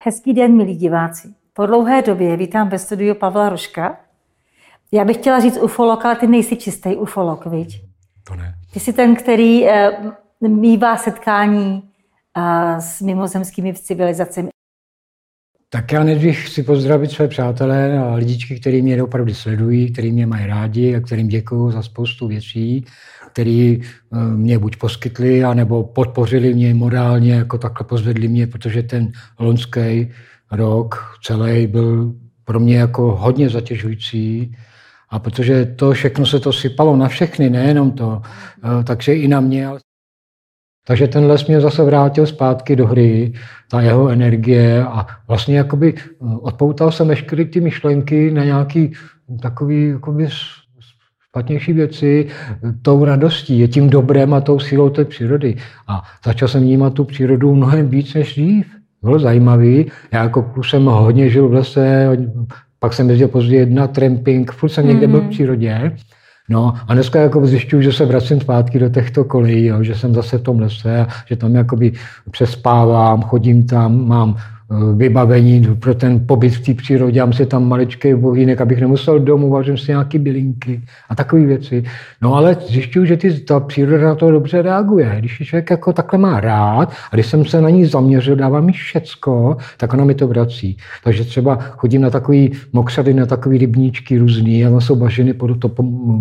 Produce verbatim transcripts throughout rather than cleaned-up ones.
Hezký den, milí diváci. Po dlouhé době vítám ve studiu Pavla Rožka. Já bych chtěla říct ufolog, ale ty nejsi čistý ufolog, viď? To ne. Ty jsi ten, který uh, mívá setkání uh, s mimozemskými civilizacemi. Tak já nejdřív chci pozdravit své přátelé a lidičky, kteří mě opravdu sledují, kteří mě mají rádi a kterým děkuju za spoustu věcí, který mě buď poskytli, anebo podpořili mě morálně, jako takhle pozvedli mě, protože ten loňský rok celý byl pro mě jako hodně zatěžující. A protože to všechno se to sypalo na všechny, nejenom to, takže i na mě. Takže ten les mě zase vrátil zpátky do hry, ta jeho energie a vlastně jakoby odpoutal jsem veškeré ty myšlenky na nějaký takový jakoby špatnější věci tou radostí, je tím dobrem a tou sílou té přírody. A začal jsem vnímat tu přírodu mnohem víc než dřív. Bylo zajímavý. Já jako kluk jsem hodně žil v lese, pak jsem jezdil později na tramping, furt jsem někde byl v přírodě. No a dneska jako zjišťuju, že se vracím zpátky do těchto kolejí, jo, že jsem zase v tom lese, že tam jakoby přespávám, chodím tam, mám vybavení pro ten pobyt v té přírodě, mám si tam maličký vohýnek, abych nemusel domů, vařím si nějaký bylinky a takové věci. No ale zjišťuju, že ty, ta příroda na to dobře reaguje. Když člověk jako takhle má rád a když jsem se na ní zaměřil, dává mi všecko, tak ona mi to vrací. Takže třeba chodím na takový mokřady, na takový rybníčky různý, a tam jsou bažiny pod to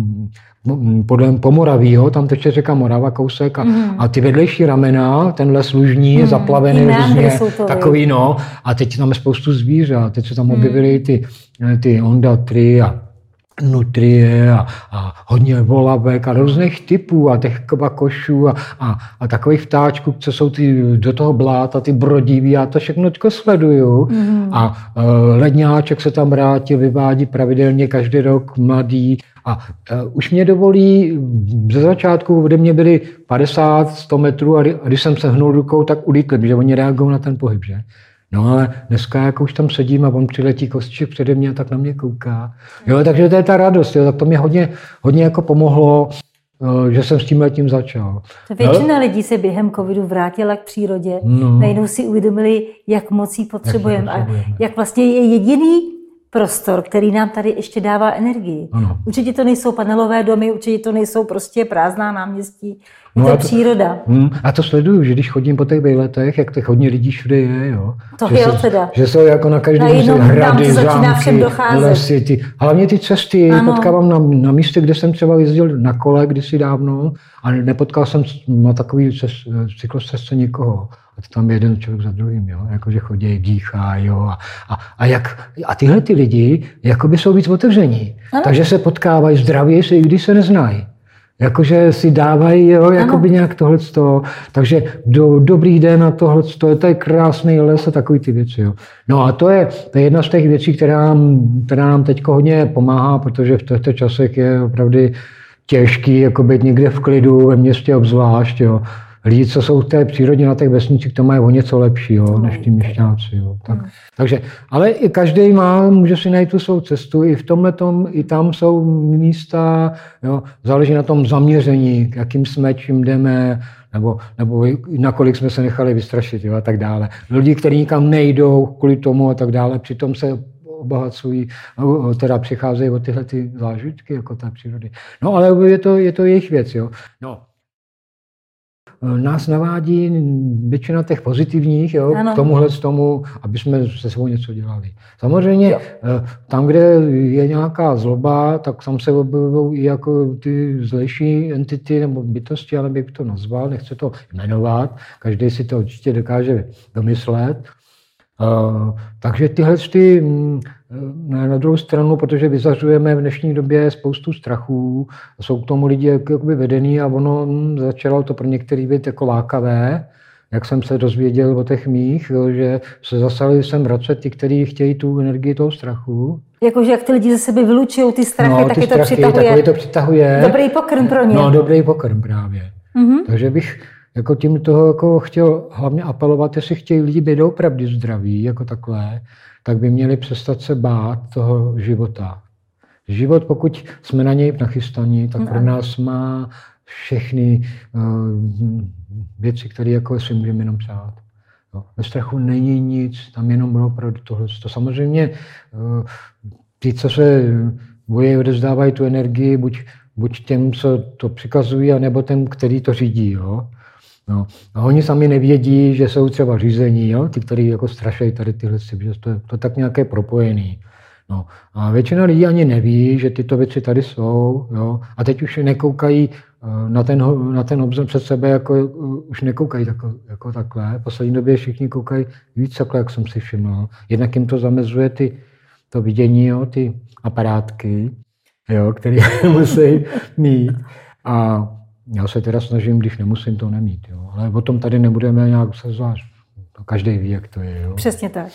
podle Pomoravího, tam teče řeka Morava kousek a, mm. a ty vedlejší ramena, ten les lužní je mm. zaplavený různě, takový no, a teď tam je spoustu zvířat, teď se tam objevily ty, ty ondatry a nutrie a, a hodně volavek a různých typů a těch kvakošů a, a, a takových vtáčků, co jsou ty do toho bláta, ty brodivý, já to všechno teďko sleduju. Mm. A uh, ledňáček se tam vrátil, vyvádí pravidelně každý rok mladý. A uh, už mě dovolí, ze začátku ode mě byly padesát sto metrů a když jsem se hnul rukou, tak ulítli, protože oni reagují na ten pohyb, že? No ale dneska jako už tam sedím a on přiletí kostiček přede mě a tak na mě kouká. Jo, takže to je ta radost, jo, tak to mě hodně, hodně jako pomohlo, že jsem s tím letím začal. Většina no? lidí se během covidu vrátila k přírodě, no. Najednou si uvědomili, jak moc ji potřebujeme a jak vlastně je jediný prostor, který nám tady ještě dává energii. Ano. Určitě to nejsou panelové domy, určitě to nejsou prostě prázdná náměstí. Je no to, to příroda. Hm, a to sleduju, že když chodím po těch vejletech, jak těch hodně lidí všude je, jo. To že, je se, teda. že jsou jako na každém hrady, zámky, lesy, ty, hlavně ty cesty. Ano. Potkávám na, na místě, kde jsem třeba jezdil na kole kdysi dávno a nepotkal jsem na takový cyklostezce nikoho. A to tam je jeden člověk za druhým, jo, jakože chodí, dýchá, jo, a, a, a, jak, a tyhle ty lidi, jakoby jsou víc otevření, ano. Takže se potkávají, zdraví se, i když se neznají. Jakože si dávají, jo, jakoby nějak tohleto, takže do, dobrý den a tohleto, to je krásný les a takový ty věci, jo. No a to je, to je jedna z těch věcí, která nám, která nám teď hodně pomáhá, protože v těchto časech je opravdu těžký, jako být někde v klidu, ve městě obzvlášť, jo. Lidi, co jsou v té přírodě na těch vesnicích, to mají o něco lepší, jo, než ty měšťáci. Jo. Tak, mm. takže, ale i každý má, může si najít tu svou cestu. I v tomhletom, i tam jsou místa, jo, záleží na tom zaměření, jakým jsme, čím jdeme, nebo, nebo nakolik jsme se nechali vystrašit, jo, a tak dále. Lidi, kteří nikam nejdou kvůli tomu a tak dále, přitom se obohacují, teda přicházejí o tyhle ty zážitky, jako té přírody. No, ale je to, je to jejich věc, jo. No. Nás navádí většina těch pozitivních, jo, k tomuhle z tomu, aby jsme se svou něco dělali. Samozřejmě jo. Tam, kde je nějaká zloba, tak tam se objevují i jako ty zlejší entity nebo bytosti, ale bych to nazval, nechci to jmenovat, každý si to určitě dokáže domyslet. Uh, takže tyhle ty, na druhou stranu, protože vyzařujeme v dnešní době spoustu strachů, jsou k tomu lidi jakoby vedený a ono začalo to pro některý být jako lákavé, jak jsem se dozvěděl o těch mých, jo, že se zasali sem vracet ty, kteří chtějí tu energii toho strachu. Jakože jak ty lidi ze sebe vylučují ty strachy, no, taky ty to strachy, přitahuje. to přitahuje. Dobrý pokrm pro ně. No, dobrý pokrm právě. Mm-hmm. Takže bych jako tím toho jako chtěl hlavně apelovat, jestli chtějí lidi být opravdu zdraví, jako takhle, tak by měli přestat se bát toho života. Život, pokud jsme na něj nachystaní, tak pro nás má všechny uh, věci, které jako si můžeme jenom přát. Jo. Ve strachu není nic, tam jenom bylo opravdu tohle. To samozřejmě ty, co se bojí, odevzdávají tu energii, buď, buď těm, co to přikazují, anebo těm, který to řídí. Jo. No. A oni sami nevědí, že jsou třeba řízení, jo? Ty, kteří jako strašejí tady tyhle, že to je to tak nějaké propojený. No. A většina lidí ani neví, že tyto věci tady jsou. Jo? A teď už nekoukají na ten, na ten obzor před sebe, jako, už nekoukají tako, jako takhle. V poslední době všichni koukají víc takhle, jak jsem si všiml. Jednak jim to zamezuje ty, to vidění, jo? Ty aparátky, jo? Které musí mít. A já se teda snažím, když nemusím, to nemít. Jo? Ale o tom tady nebudeme nějak se zvlášť. Každý ví, jak to je. Jo? Přesně tak.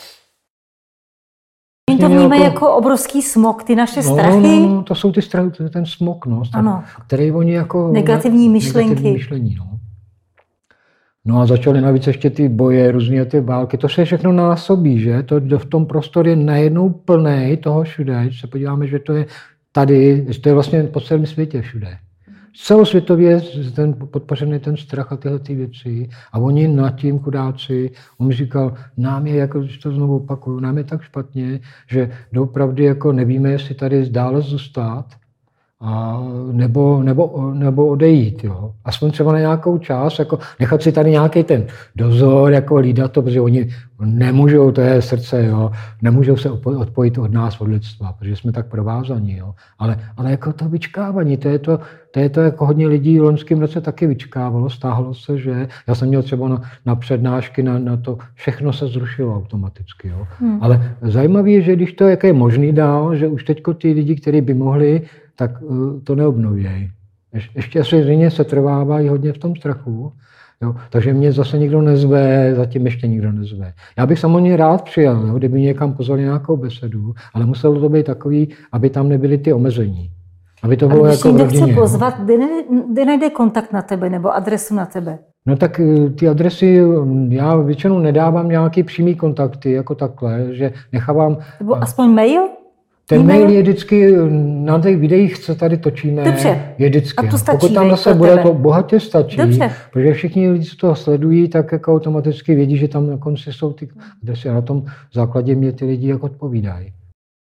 Oni to vnímají jako, jako obrovský smog, ty naše no, strachy. No, no, to jsou ty strachy, to je ten smog, no, ano. který oni jako... Negativní myšlenky. Negativní myšlení, no. No a začaly navíc ještě ty boje, různé ty války, to se všechno násobí, že? To v tom prostoru je najednou plnej toho všude, když se podíváme, že to je tady, že to je vlastně po celém světě všude. Celosvětově ten podpořený ten strach a tyhle ty věci. A oni nad tím chudáci, on mi říkal, nám je, jako, když to znovu opakuju, nám je tak špatně, že doopravdy jako nevíme, jestli tady dále zůstat, a nebo, nebo, nebo odejít. Jo. Aspoň třeba na nějakou čas, jako nechat si tady nějaký ten dozor, jako hlídat to, protože oni nemůžou, to je srdce, jo, nemůžou se odpojit od nás, od lidstva, protože jsme tak provázaní. Jo. Ale, ale jako to vyčkávání, to je to, to je to, jako hodně lidí v loňském roce taky vyčkávalo, stáhlo se, že já jsem měl třeba na, na přednášky, na, na to, všechno se zrušilo automaticky. Jo. Hmm. Ale zajímavé je, že když to jak je možný dál, že už teďko ty lidi, kteří by mohli, tak to neobnovějí. Ještě asi zřejmě se trvávají hodně v tom strachu, jo? Takže mě zase nikdo nezve, zatím ještě nikdo nezve. Já bych samozřejmě rád přijel, jo? Kdyby někam pozvali nějakou besedu, ale muselo to být takový, aby tam nebyly ty omezení. Aby to bylo ale jako v rodině. Když někdo chce pozvat, kde, kde najde kontakt na tebe nebo adresu na tebe? No tak ty adresy, já většinou nedávám nějaký přímý kontakty, jako takhle, že nechávám... Nebo aspoň mail? Ten mail je vždycky na těch videích, co tady točíme, dobře. Je vždycky. A to stačí, pokud tam zase bude, to bohatě stačí, dobře. Protože všichni lidi, co to sledují, tak jako automaticky vědí, že tam na konci jsou ty adresy a na tom základě mě ty lidi jako odpovídají.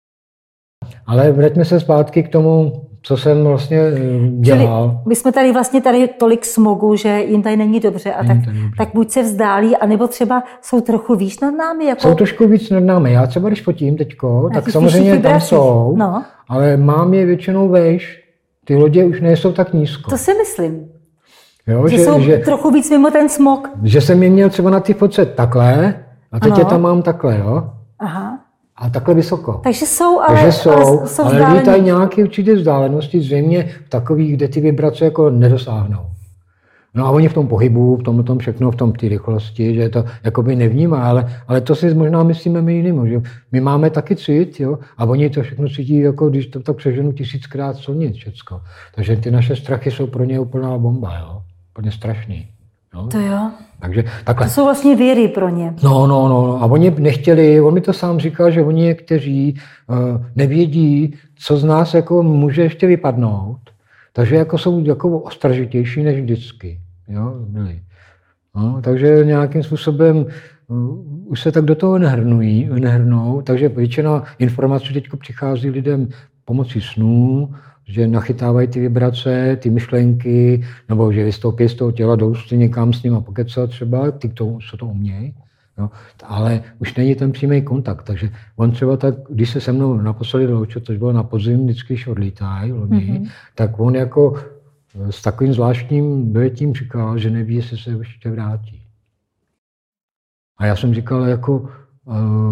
Ale vraťme se zpátky k tomu, co jsem vlastně dělal. Čili my jsme tady vlastně tady tolik smogu, že jim tady není dobře a tak, dobře. tak buď se vzdálí, anebo třeba jsou trochu víc nad námi. Jako... Jsou trošku víc nad námi. Já třeba když fotím teďko, tak samozřejmě tam jsou, no. Ale mám je většinou vejš. Ty lodě už nejsou tak nízko. To si myslím. Jo, že, že jsou že, trochu víc mimo ten smog. Že jsem je měl třeba na ty fotce takhle a teď ano. je tam mám takhle, jo. Aha. A takhle vysoko. Takže jsou, ale, Takže jsou, ale, jsou ale lítají nějaké určité vzdálenosti, zřejmě v takových, kde ty vibrace jako nedosáhnou. No a oni v tom pohybu, v tom, tom všechno, v tom té rychlosti, že to jakoby nevnímá, ale, ale to si možná myslíme my jiným, že my máme taky cit, jo, a oni to všechno cítí, jako když to tak přeženu tisíckrát silnic všecko. Takže ty naše strachy jsou pro ně úplná bomba, jo, úplně strašný. Jo? To jo. Takže takhle. To jsou vlastně věry pro ně. No, no, no. A oni nechtěli, on mi to sám říkal, že oni někteří uh, nevědí, co z nás jako může ještě vypadnout. Takže jako jsou jako ostražitější než vždycky. Jo, byli. No, takže nějakým způsobem uh, už se tak do toho nehrnují, nehrnou. Takže většina informací teď přichází lidem pomocí snů, že nachytávají ty vibrace, ty myšlenky, nebo že vystoupí z toho těla, jdou si někam s ním a pokecat třeba, ty, kdo se to umějí. Jo. Ale už není ten přímý kontakt, takže on třeba tak, když se se mnou naposledy loučil, což bylo na podzim, vždycky, když odlítají loni, mm-hmm. tak on jako s takovým zvláštním dojetím říkal, že neví, jestli se ještě vrátí. A já jsem říkal, jako, uh,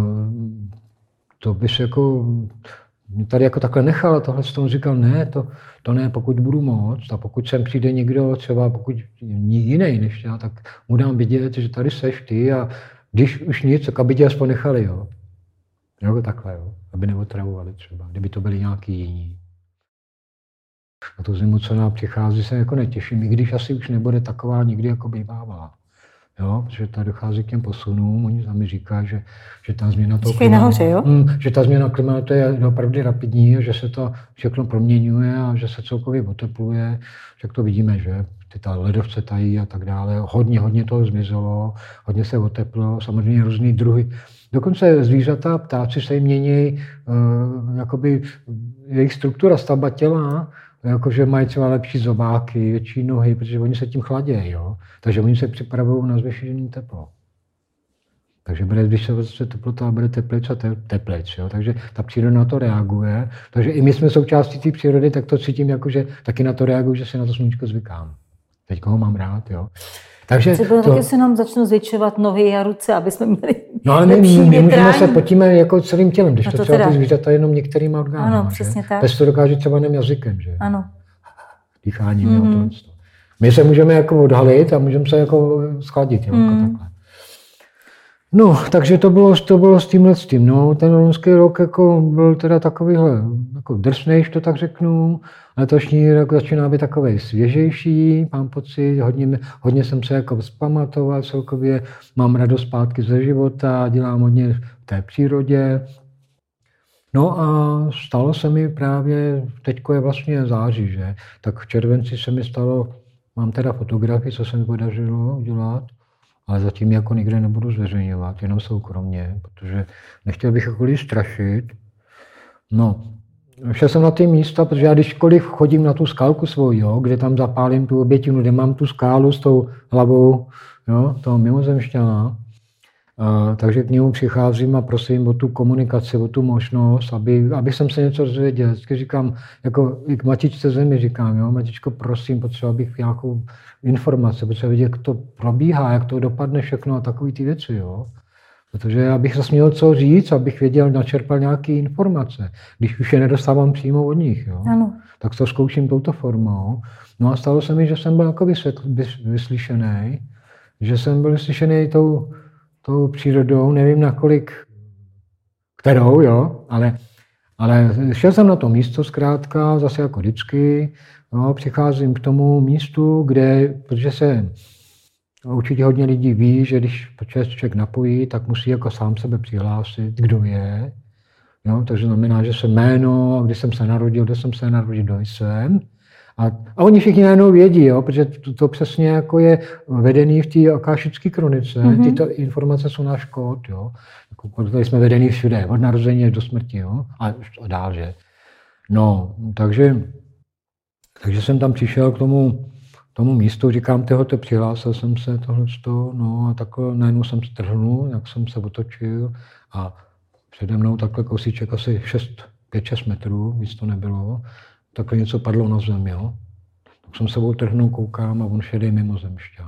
to bys jako... Mě tady jako takhle nechal a tohle s tom říkal, ne, to, to ne, pokud budu moct a pokud sem přijde někdo, třeba pokud jiný než já, tak mu dám vidět, že tady seš ty a když už nic, tak aby tě aspoň nechali, jo. Jo, takhle, jo, aby neotravovali třeba, kdyby to byli nějaký jiní. A tu zimu, co nám přichází, se jako netěším, i když asi už nebude taková nikdy, jako bývávala. Jo, protože tady dochází k těm posunům, oni sami říkají, že, že ta změna toho klimatu, nahoře, jo? Mm, že ta změna klimatu je opravdu rapidní, že se to všechno proměňuje a že se celkově otepluje, že to vidíme, že ty ta ledovce tají a tak dále, hodně, hodně toho zmizelo, hodně se oteplilo, samozřejmě různý druhy. Dokonce zvířata, ptáci se jim mění, uh, jakoby jejich struktura, stavba těla, jakože mají třeba lepší zobáky, větší nohy, protože oni se tím chladějí, jo. Takže oni se připravují na zvýšené teplo. Takže bude zvyšovat se teplota a bude teplejc a teplejc, jo. Takže ta příroda na to reaguje. Takže i my jsme součástí té přírody, tak to cítím, jakože taky na to reaguju, že si na to sluníčko zvykám. Teď ho mám rád, jo. Takže to... taky se nám začnou zvětšovat nohy a ruce, aby jsme měli no ale my, my můžeme se potíme jako celým tělem, když no to, to třeba ty zvířata jenom některýma orgány. Ano, přesně že? tak. Pes to dokáže třeba jenom jazykem, že? Ano. Dýcháním, mm-hmm. jo, to. My se můžeme jako odhalit a můžeme se jako schladit, jo, mm. jako takhle. No, takže to bylo, to bylo s tímhle s tím. No, ten loňský rok jako byl teda takovýhle jako drsnej, to tak řeknu. Letošní rok začíná být takovej svěžejší, mám pocit, hodně, hodně jsem se jako vzpamatoval celkově, mám radost zpátky ze života, dělám hodně v té přírodě. No a stalo se mi právě, teďko je vlastně září, že? Tak v červenci se mi stalo, mám teda fotografii, co se mi podařilo udělat, ale zatím jako nikde nebudu zveřejňovat, jenom soukromně, protože nechtěl bych jakkoliv strašit. No, šel jsem na ty místa, protože já kdykoliv chodím na tu skálku svoji, jo, kde tam zapálím tu obětinu, kde mám tu skálu s tou hlavou, jo, toho mimozemšťana, Uh, takže k němu přicházím a prosím o tu komunikaci, o tu možnost, aby, aby jsem se něco dozvěděl. Vždycky říkám, jako i k matičce zemi říkám, jo, matičko, prosím, potřeba bych nějakou informaci, potřeba vidět, jak to probíhá, jak to dopadne všechno a takové ty věci, jo. Protože já bych zase měl co říct, abych věděl, načerpal nějaké informace, když už je nedostávám přímo od nich, jo. Ano. Tak to zkouším touto formou. No a stalo se mi, že jsem byl jako vyslyšený, že jsem byl vyslyšený tou tou přírodou, nevím nakolik, kterou, jo, ale, ale šel jsem na to místo zkrátka, zase jako vždycky, jo, přicházím k tomu místu, kde, protože se určitě hodně lidí ví, že když člověk napojí, tak musí jako sám sebe přihlásit, kdo je, jo, takže znamená, že se jméno, kdy jsem se narodil, kde jsem se narodil, kdo jsem. A, a oni všichni najednou vědí, jo, protože to, to přesně jako je vedený v té akášické kronice. Mm-hmm. Tyto informace jsou náš kód, jo. Tady jsme vedený všude, od narození až do smrti, jo, a, a dál, že. No, takže, takže jsem tam přišel k tomu, tomu místu, říkám, tohoto přihlásil jsem se, tohleto, no a takhle najednou jsem strhnul, jak jsem se otočil a přede mnou takhle kousíček asi pět šest metrů, víc to nebylo. Takhle něco padlo na zem, jo. Tak jsem sebou trhnul, koukám a on šedej mimozemšťan.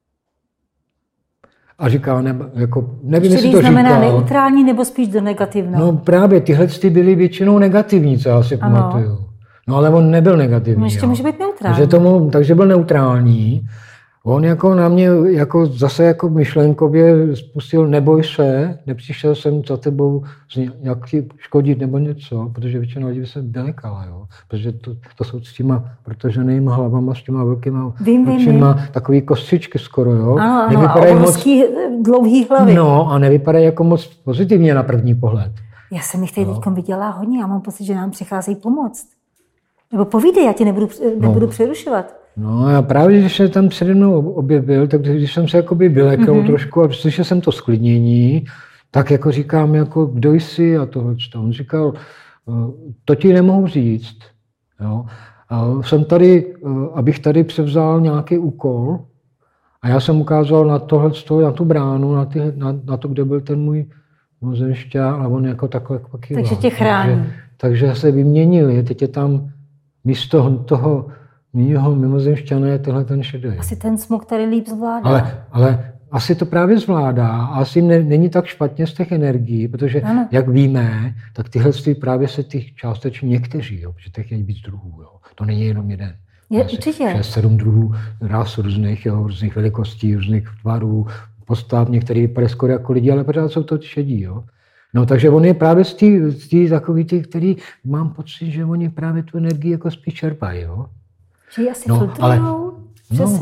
A říká, ne, jako, nevím, jestli to znamená říkal. neutrální nebo spíš do negativního? No právě, tyhle ty byly většinou negativní, co já si ano. pamatuju. No ale on nebyl negativní. No ještě jo. Může být neutrální. Takže, tomu, takže byl neutrální. On jako na mě jako zase jako myšlenkově spustil, neboj se, nepřišel jsem za tebou nějak škodit nebo něco, protože většina lidí by se vylekala, jo. Protože to, to jsou s těma protaženýma hlavama, s těma velkýma očima, takový kostřičky skoro, jo. Ano, ano, a obrovský moc, dlouhý hlavy. No a nevypadají jako moc pozitivně na první pohled. Já jsem jich teď no. viděla hodně, já mám pocit, že nám přicházejí pomoct. Nebo povídej, já tě nebudu, nebudu no. přerušovat. No a právě, když se tam přede mnou objevil, tak když jsem se jakoby vylekl mm-hmm. trošku a slyšel jsem to sklidnění, tak jako říkám, jako kdo jsi a tohle. On říkal, to ti nemohu říct. Jo. A jsem tady, abych tady převzal nějaký úkol a já jsem ukázal na tohle, na tu bránu, na, ty, na, na to, kde byl ten můj mimozemšťan a on jako takhle pakýval. Takže tě chrání. Takže, takže se vyměnili, teď je tam místo toho mýho mimozemšťana je tenhle ten šedý. Asi ten smog tady líp zvládá. Ale, ale asi to právě zvládá a asi ne, není tak špatně z těch energií, protože ano. jak víme, tak tyhle právě se těch částečně někteří, jo, protože těch je víc druhů. Jo. To není jenom jeden. Je, určitě. šest, sedm druhů ráz různých, jo, různých velikostí, různých tvarů, postav, některý vypadají skoro jako lidi, ale pořád jsou to šedí. Jo. No takže on je právě z těch takový těch, který mám pocit, že oni právě tu energii jako spíš čerpají. Jo. Že ji asi no, filtrujou přes no, sebe.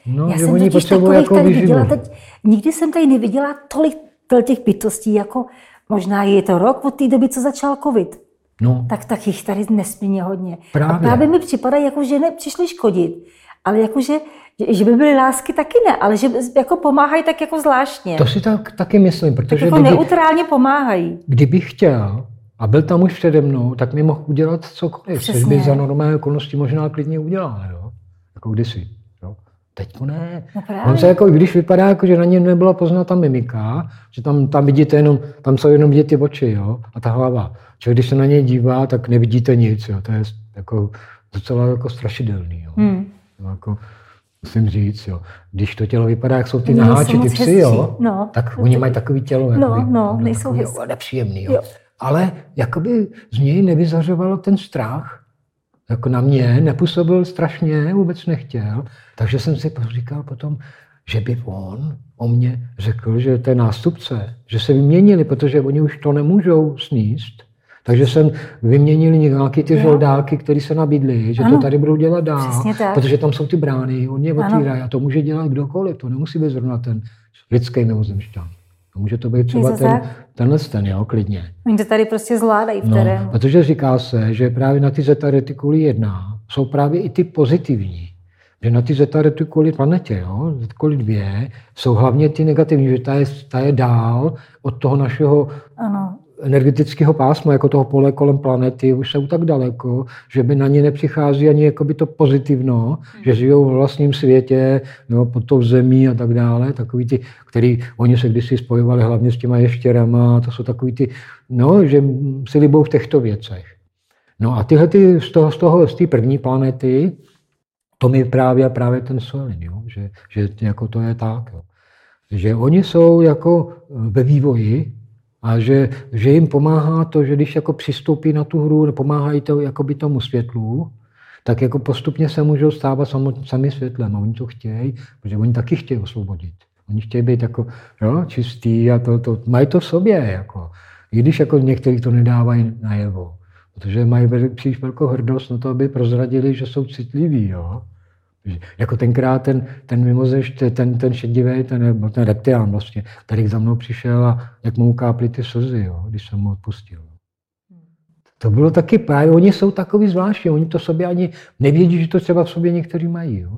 No, Já že jsem oni totiž potřebují takových jako tady výživu. viděla teď, nikdy jsem tady neviděla tolik těch bytostí, jako možná je to rok od té doby, co začal covid. No. Tak, tak jich tady nesmírně hodně. Právě. A právě mi připadají, jako, že nepřišli škodit, ale jako, že, že by byly lásky taky ne, ale že jako pomáhají tak jako zvláštně. To si tak, taky myslím, protože tak jako kdyby, neutrálně pomáhají. Kdybych chtěl a byl tam už přede mnou, tak mi mohl udělat cokoliv, což by za normální okolnosti možná klidně udělal, jo? Jako kdysi. Jo? Teďko ne. No On se jako, když vypadá, jako, že na něm nebyla poznat ta mimika, že tam, tam vidíte jenom, tam jsou jenom vidět ty oči, jo? A ta hlava. Člověk, když se na něj dívá, tak nevidíte nic, jo? To je jako docela jako strašidelný. Jo? Hmm. Jako, musím říct, jo. Když to tělo vypadá, jak jsou ty naháči, ty psy, jo, no, tak oni mají takový tělo, no, jakoby, no, nejsou hezký. nepříjemný, jo. Jo. Ale jakoby z něj nevyzařoval ten strach. Jako na mě nepůsobil strašně, vůbec nechtěl. Takže jsem si říkal potom, že by on o mě řekl, že to je nástupce, že se vyměnili, protože oni už to nemůžou sníst. Takže jsem vyměnili nějaké ty žoldáky, které se nabídly, že ano. To tady budou dělat dál, protože tam jsou ty brány, oni je otvírají a to může dělat kdokoliv, to nemusí být zrovna ten lidský mimozemšťan. Může to být třeba ten, tenhle ten, jo, klidně. Oni to tady prostě zvládají v terénu. No, protože říká se, že právě na ty zeta reticuli jedna jsou právě i ty pozitivní. Že na ty zeta reticuli planetě, jo, reticuli dvě, jsou hlavně ty negativní, že ta je, ta je dál od toho našeho ano. energetického pásma, jako toho pole kolem planety, už jsou tak daleko, že by na ně nepřichází ani jakoby to pozitivno, hmm. že žijou v vlastním světě, jo, pod tou zemí a tak dále, takový ty, který oni se kdysi spojovali hlavně s těma ještěrama, to jsou takový ty, no, že si libou v těchto věcech. No a tyhle ty, z toho, z toho, z té první planety, to mi právě právě ten Soelin, jo, že, že jako to je tak, jo. Že oni jsou jako ve vývoji, a že, že jim pomáhá to, že když jako přistoupí na tu hru, pomáhají to jakoby tomu světlu, tak jako postupně se můžou stávat sami světlem a oni to chtějí, protože oni taky chtějí osvobodit. Oni chtějí být jako jo, čistý a to, to, mají to v sobě. Jako. I když jako někteří to nedávají najevo, protože mají příliš velkou hrdost na to, aby prozradili, že jsou citliví. Jo. Jako tenkrát ten, ten mimozemšť, ten, ten šedivý, ten, ten reptilán vlastně, který za mnou přišel a jak mu ukáply ty slzy, jo, když jsem mu odpustil. To bylo taky právě, oni jsou takový zvláštní, oni to sobě ani nevědí, že to třeba v sobě někteří mají. Jo.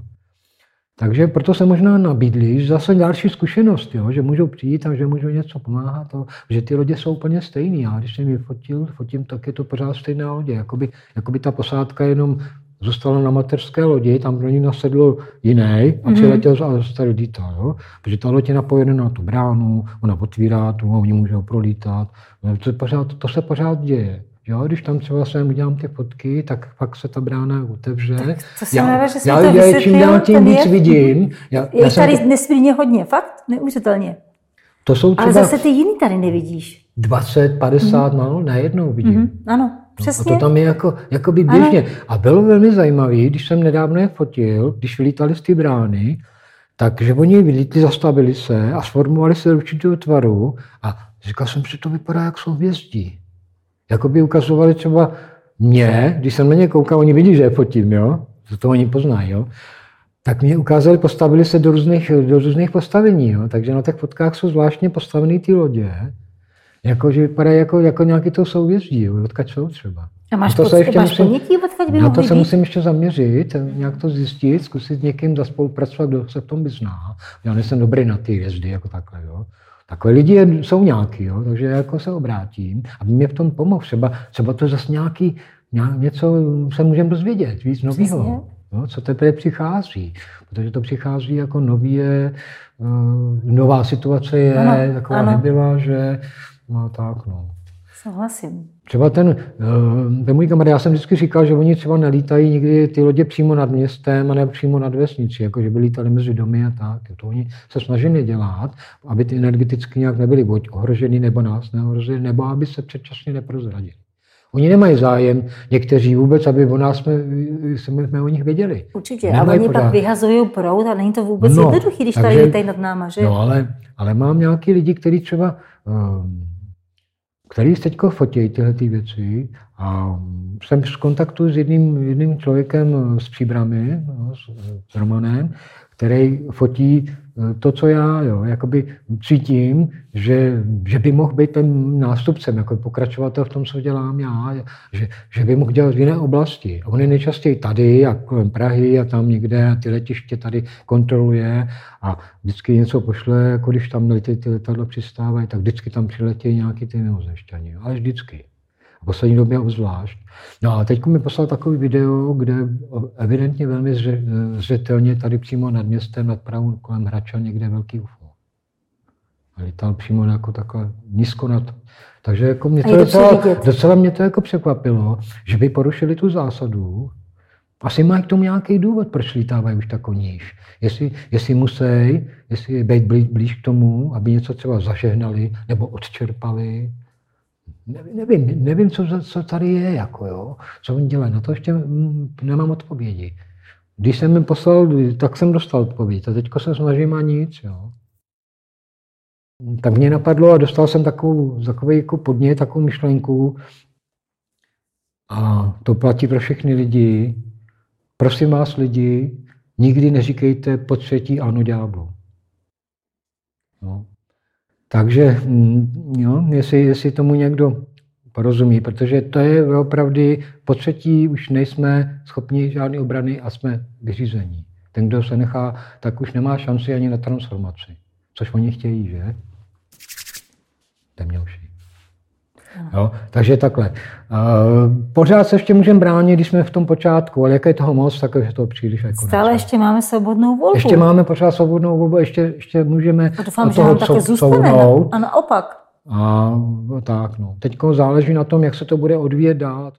Takže proto se možná nabídli, že zase další zkušenost, jo, že můžou přijít a že můžou něco pomáhat, to, že ty lodě jsou úplně stejný. Já když jsem je fotil, fotím, tak je to pořád stejná lodě. Jakoby, jakoby ta posádka jenom zůstala na mateřské lodi, tam pro ní nasedl jiný a přiletěl mm-hmm. a zůstal lítat. Jo? Protože ta loď je napojena na tu bránu, ona otvírá tu a oni můžou prolítat. To, pořád, to se pořád děje. Jo? Když tam třeba sem udělám ty fotky, tak pak se ta brána otevře. Tak to se já, nevím, že já, to já čím dál tím víc je, vidím. Já, je já tady to... nesmírně hodně, fakt, neuvěřitelně. To jsou třeba ale zase ty jiný tady nevidíš. dvacet, padesát mm-hmm. mal najednou vidím. Mm-hmm. Ano. Přesně. No, a to tam je jako, jako by běžně. Ano. A bylo velmi zajímavé, když jsem nedávno je fotil, když vylítali z té brány, takže oni vylítli, zastavili se a sformovali se do určitého tvaru a říkal jsem, že to vypadá jak souhvězdí. Jakoby ukazovali třeba mě, když jsem na ně koukal, oni vidí, že je fotím, jo? To oni poznají, jo? Tak mě ukázali, postavili se do různých, do různých postavení, jo? Takže na těch fotkách jsou zvláštně postavené ty lodě. Jako, že vypadají jako, jako nějaký to souhvězdí, odkud jsou třeba. A máš, to pod, se ještě máš musím, ponětí, odkud by na to být? se musím ještě zaměřit, nějak to zjistit, zkusit s někým zaspolupracovat, kdo se v tom vyzná. Já nejsem dobrý na ty hvězdy, jako takhle. Jo. Takové lidi jsou nějaký, jo, takže jako se obrátím, aby mě v tom pomohl. Třeba, třeba to zase nějaký, nějak, něco se můžeme dozvědět, víc nového. Jo, co teprve přichází, protože to přichází jako nově, uh, nová situace je, ano, taková ano. nebyla, že no tak no. Souhlasím. Třeba ten, ten můj kamarád, já jsem vždycky říkal, že oni třeba nelítají nikdy ty lodě přímo nad městem a ne přímo nad vesnicí, jako že by lítali mezi domy a tak. To oni se snaží nedělat, aby ty energeticky nějak nebyly buď ohrožený, nebo nás neohrozili, nebo aby se předčasně neprozradili. Oni nemají zájem, někteří vůbec, aby o nás jsme, jsme, jsme o nich věděli. Určitě, a oni pořád. Pak vyhazují proud a není to vůbec no, jednoduchý, když takže, tady lítají nad náma, že? No, ale, ale mám nějaký lidi, kteří třeba, um, který teďko fotí tyhle ty věci a jsem v kontaktu s jedním, jedním člověkem z Příbramy, no, s, s Romanem, který fotí to, co já jo, jakoby cítím, že, že by mohl být ten nástupcem, jako pokračovatel v tom, co dělám já, že, že by mohl dělat v jiné oblasti. A on je nejčastěji tady a kolem Prahy a tam někde a ty letiště tady kontroluje a vždycky něco pošle, jako když tam lety, ty letadla přistávají, tak vždycky tam přiletějí nějaký ty mimozemšťani, ale vždycky. V poslední době obzvlášť. No a teď mi poslal takový video, kde evidentně velmi zřetelně tady přímo nad městem, nad Prahou, kolem Hradčan, někde velký U F O. A lítal přímo jako takhle nízko nad. Takže jako mě to docela, docela mě to jako překvapilo, že by porušili tu zásadu. Asi mají k tomu nějaký důvod, proč lítávají už tak níž. Jestli, jestli musí, jestli být blíž, blíž k tomu, aby něco třeba zažehnali nebo odčerpali. Nevím, nevím, nevím co, co tady je, jako jo, co oni dělají. Na to ještě nemám odpovědi. Když jsem jim poslal, tak jsem dostal odpověď a teďko se snažím a nic. Jo. Tak mě napadlo a dostal jsem takovou, takový jako podnět, takovou myšlenku a to platí pro všechny lidi. Prosím vás lidi, nikdy neříkejte po třetí ano ďáblu. No. Takže, jo, jestli, jestli tomu někdo porozumí, protože to je opravdu po třetí už nejsme schopni žádné obrany a jsme vyřízení. Ten, kdo se nechá, tak už nemá šanci ani na transformaci. Což oni chtějí, že? Temnější. Jo, takže takhle. Pořád se ještě můžeme bránit, když jsme v tom počátku, ale jak je toho moc, tak je to příliš jako stále ještě máme svobodnou volbu. Ještě máme pořád svobodnou volbu, ještě, ještě můžeme doufám, od toho že také zůstane, a naopak. A tak, no. Teďko záleží na tom, jak se to bude odvíjet dál.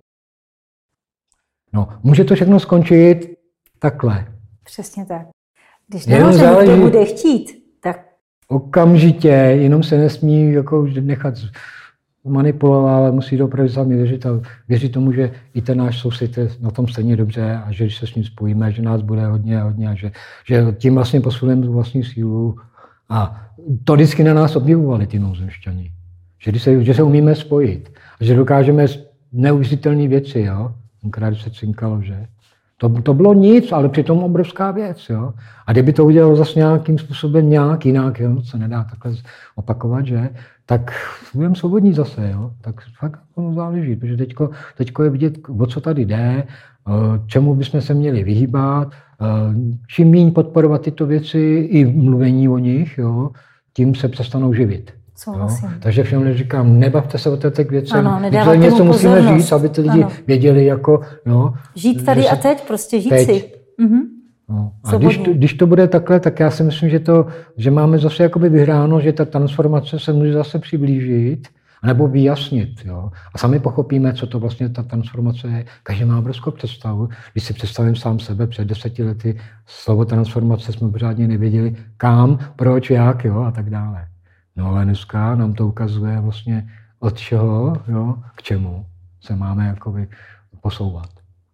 No, může to všechno skončit takhle. Přesně tak. Když nahoře někdo bude chtít, tak... Okamžitě, jenom se nesmí jako nechat manipulovat, ale musí opravdu sami věřit a věřit tomu, že i ten náš soused je na tom stejně dobře a že když se s ním spojíme, že nás bude hodně, hodně a že, že tím vlastně posuneme tu vlastní sílu. A to vždycky na nás objevovali ty mimozemšťani. Že, se, že se umíme spojit a že dokážeme neuvěřitelné věci. Jo? Tenkrát se cinkalo, že? To, to bylo nic, ale přitom obrovská věc. Jo? A kdyby to udělalo zase nějakým způsobem nějak jinak, jo? Se nedá takhle opakovat, že? Tak budeme svobodní zase. Jo? Tak fakt to záleží, protože teďko, teďko je vidět, o co tady jde, čemu bychom se měli vyhýbat, čím méně podporovat tyto věci i mluvení o nich, jo? Tím se přestanou živit. Takže všem říkám, nebavte se o těch věcech. Ano, něco musíme říct, aby ty lidi ano. věděli, jako... No, žít tady se, a teď, prostě žít teď. si. Mhm. No. A když to, když to bude takhle, tak já si myslím, že, to, že máme zase jakoby vyhráno, že ta transformace se může zase přiblížit, nebo vyjasnit. Jo? A sami pochopíme, co to vlastně ta transformace je. Každý má obrovskou představu. Když si představím sám sebe před deseti lety, slovo transformace jsme pořádně nevěděli, kam, proč, jak, jo? A tak dále. No ale dneska nám to ukazuje vlastně od čeho, jo, k čemu se máme jakoby posouvat.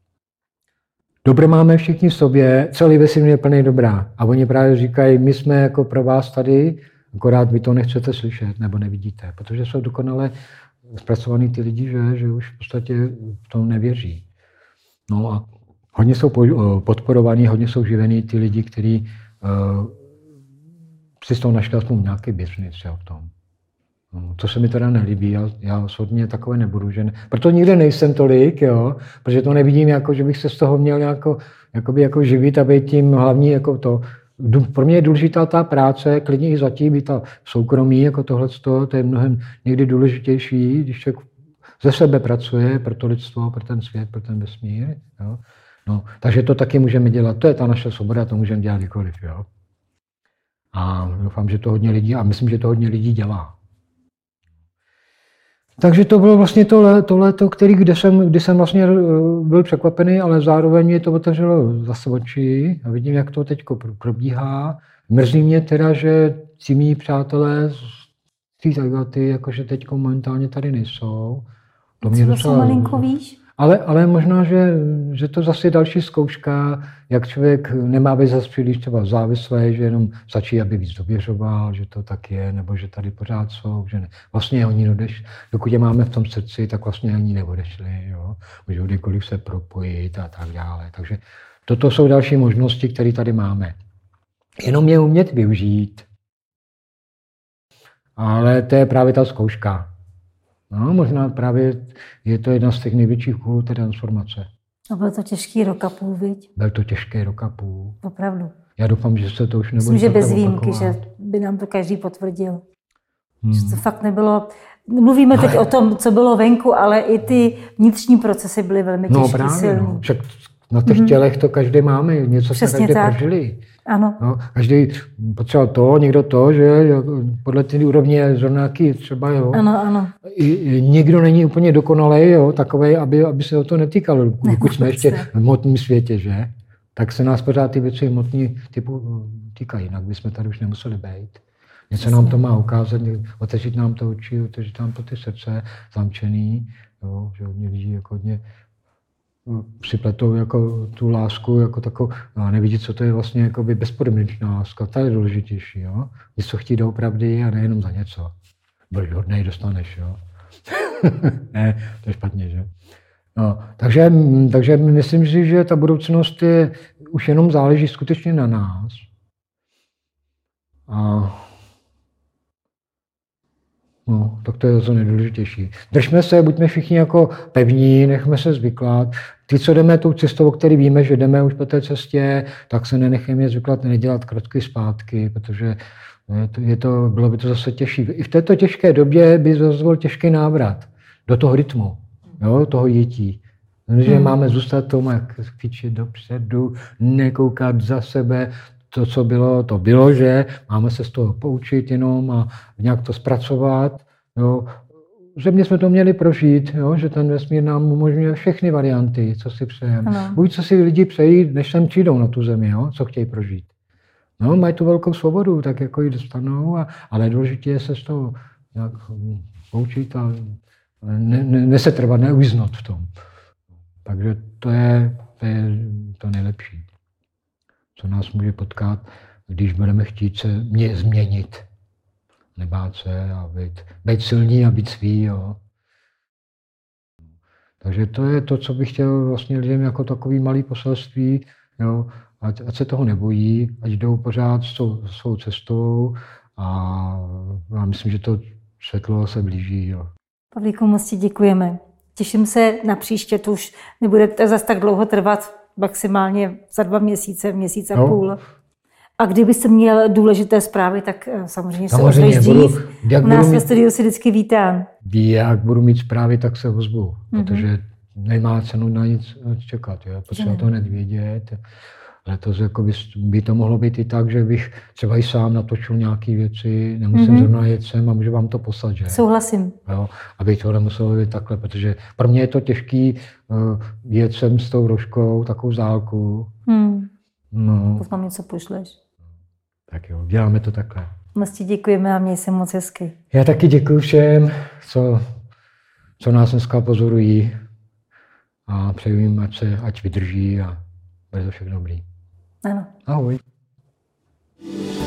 Dobré máme všichni v sobě, celý vesmír je plný dobrá. A oni právě říkají, my jsme jako pro vás tady, akorát vy to nechcete slyšet nebo nevidíte, protože jsou dokonale zpracovaný ty lidi, že, že už v podstatě v tom nevěří. No a hodně jsou podporovaní, hodně jsou živený ty lidi, kteří uh, si z toho našli aspoň nějaký business v tom. No, to se mi teda nelíbí, já, já osobně takové nebudu, že ne, proto nikde nejsem tolik, jo, protože to nevidím, jako, že bych se z toho měl nějako, jakoby, jako živit a být tím hlavní, jako to. Pro mě je důležitá ta práce, klidně i zatím, i ta soukromí, jako tohleto, to je mnohem někdy důležitější, když člověk ze sebe pracuje pro to lidstvo, pro ten svět, pro ten vesmír, jo. No, takže to taky můžeme dělat, to je ta naše svoboda, to můžeme dělat kdykoliv, jo. A doufám, že to hodně lidí, a myslím, že to hodně lidí dělá. Takže to bylo vlastně to, to léto, který, kde jsem, kde jsem vlastně byl překvapený, ale zároveň mě to otevřelo zase oči a vidím, jak to teď probíhá. Mrzí mě teda, že ti mý přátelé z té Zagaty, jakože teď momentálně tady nejsou. To mě docela malinko víš? Ale, ale možná, že, že to zase je další zkouška, jak člověk nemá být zase příliš třeba závislý, že jenom stačí, aby víc dověřoval, že to tak je, nebo že tady pořád jsou, že ne. Vlastně oni odeš, dokud je máme v tom srdci, tak vlastně ani neodešli, jo. Můžou kdykoliv se propojit a tak dále. Takže toto jsou další možnosti, které tady máme. Jenom je umět využít. Ale to je právě ta zkouška. No, možná právě je to jedna z těch největších úkolů té transformace. A byl to těžký rok a půl, viď? Byl to těžký rok a půl. Opravdu. Já doufám, že se to už nebude. Myslím, že bez výjimky, že by nám to každý potvrdil. Hmm. Že to fakt nebylo... Mluvíme teď o tom, co bylo venku, ale i ty vnitřní procesy byly velmi těžké, no, právě, silný. No. Však na těch mm-hmm. tělech to každý máme, něco jsme každý prožili. Ano. No, každý potřeboval to, někdo to, že podle té úrovně zrovna nějaký třeba, jo. Ano, ano. I, nikdo není úplně dokonalý, jo, takovej, aby, aby se o to netýkalo, pokud jsme ještě v hmotném světě, že? Tak se nás pořád ty věci hmotní typu týkají, jinak bychom tady už nemuseli být. Něco nám to má ukázat, otevřít nám to oči, otevřít nám to ty srdce zamčený, jo, že hodně lidí jako hodně připletou jako tu lásku, jako takovou, no, nevidí, co to je vlastně jako by bezpodmínečná láska, ta je důležitější, jo. Něco chtít doopravdy a nejenom za něco. Budeš hodnej, dostaneš, jo. Ne, to je špatně, že? No, takže, takže myslím si, že ta budoucnost je, už jenom záleží skutečně na nás. A no, tak to je to nejdůležitější. Držme se, buďme všichni jako pevní, nechme se zvyklat. Ty, co jdeme tou cestou, o které víme, že jdeme už po té cestě, tak se nenechejme zvyklat, nedělat krotky zpátky, protože je to, je to, bylo by to zase těžší. I v této těžké době by zase byl těžký návrat do toho rytmu, jo, toho jití. Že hmm. máme zůstat tomu, jak kvičit dopředu, nekoukat za sebe. To, co bylo, to bylo, že máme se z toho poučit jenom a nějak to zpracovat. Jo. Země jsme to měli prožít, jo, že ten vesmír nám umožňuje všechny varianty, co si přejeme. Buď co si lidi přejí, než sem přijdou na tu zemi, jo, co chtějí prožít. No, mají tu velkou svobodu, tak jako ji dostanou, a, ale důležité je se z toho nějak poučit a ne, ne, nesetrvat, neuvíznout v tom. Takže to je to, je to nejlepší, co nás může potkat, když budeme chtít se mě změnit. Nebát se a být, být silní a být svý. Jo. Takže to je to, co bych chtěl vlastně lidem jako takový malý poselství, jo. Ať, ať se toho nebojí, ať jdou pořád svou, svou cestou a já myslím, že to světlo se blíží. Jo. Pavlíku, moc ti děkujeme. Těším se na příště, to už nebude zase tak dlouho trvat, maximálně za dva měsíce, měsíc a no. půl. A kdybyste měl důležité zprávy, tak samozřejmě, samozřejmě se ozveš dřív. U nás ve studiu si vždycky vítám. Jak budu mít zprávy, tak se ozvu, mm-hmm. protože nemá cenu na nic čekat. Potřeba to hned vědět. Letos jako by, by to mohlo být i tak, že bych třeba i sám natočil nějaké věci, nemusím mm-hmm. zrovna jet sem a můžu vám to poslat, že? Souhlasím. Jo, aby to nemuselo být takhle, protože pro mě je to těžký uh, jet sem s tou rožkou, takovou zálku. Hmm. No. Potom něco pošleš. Tak jo, děláme to takhle. Moc ti děkujeme a měj se moc hezky. Já taky děkuji všem, co, co nás dneska pozorují a přeju jim, ať, se, ať vydrží a bude to všechno dobrý. Ano. Ahoj.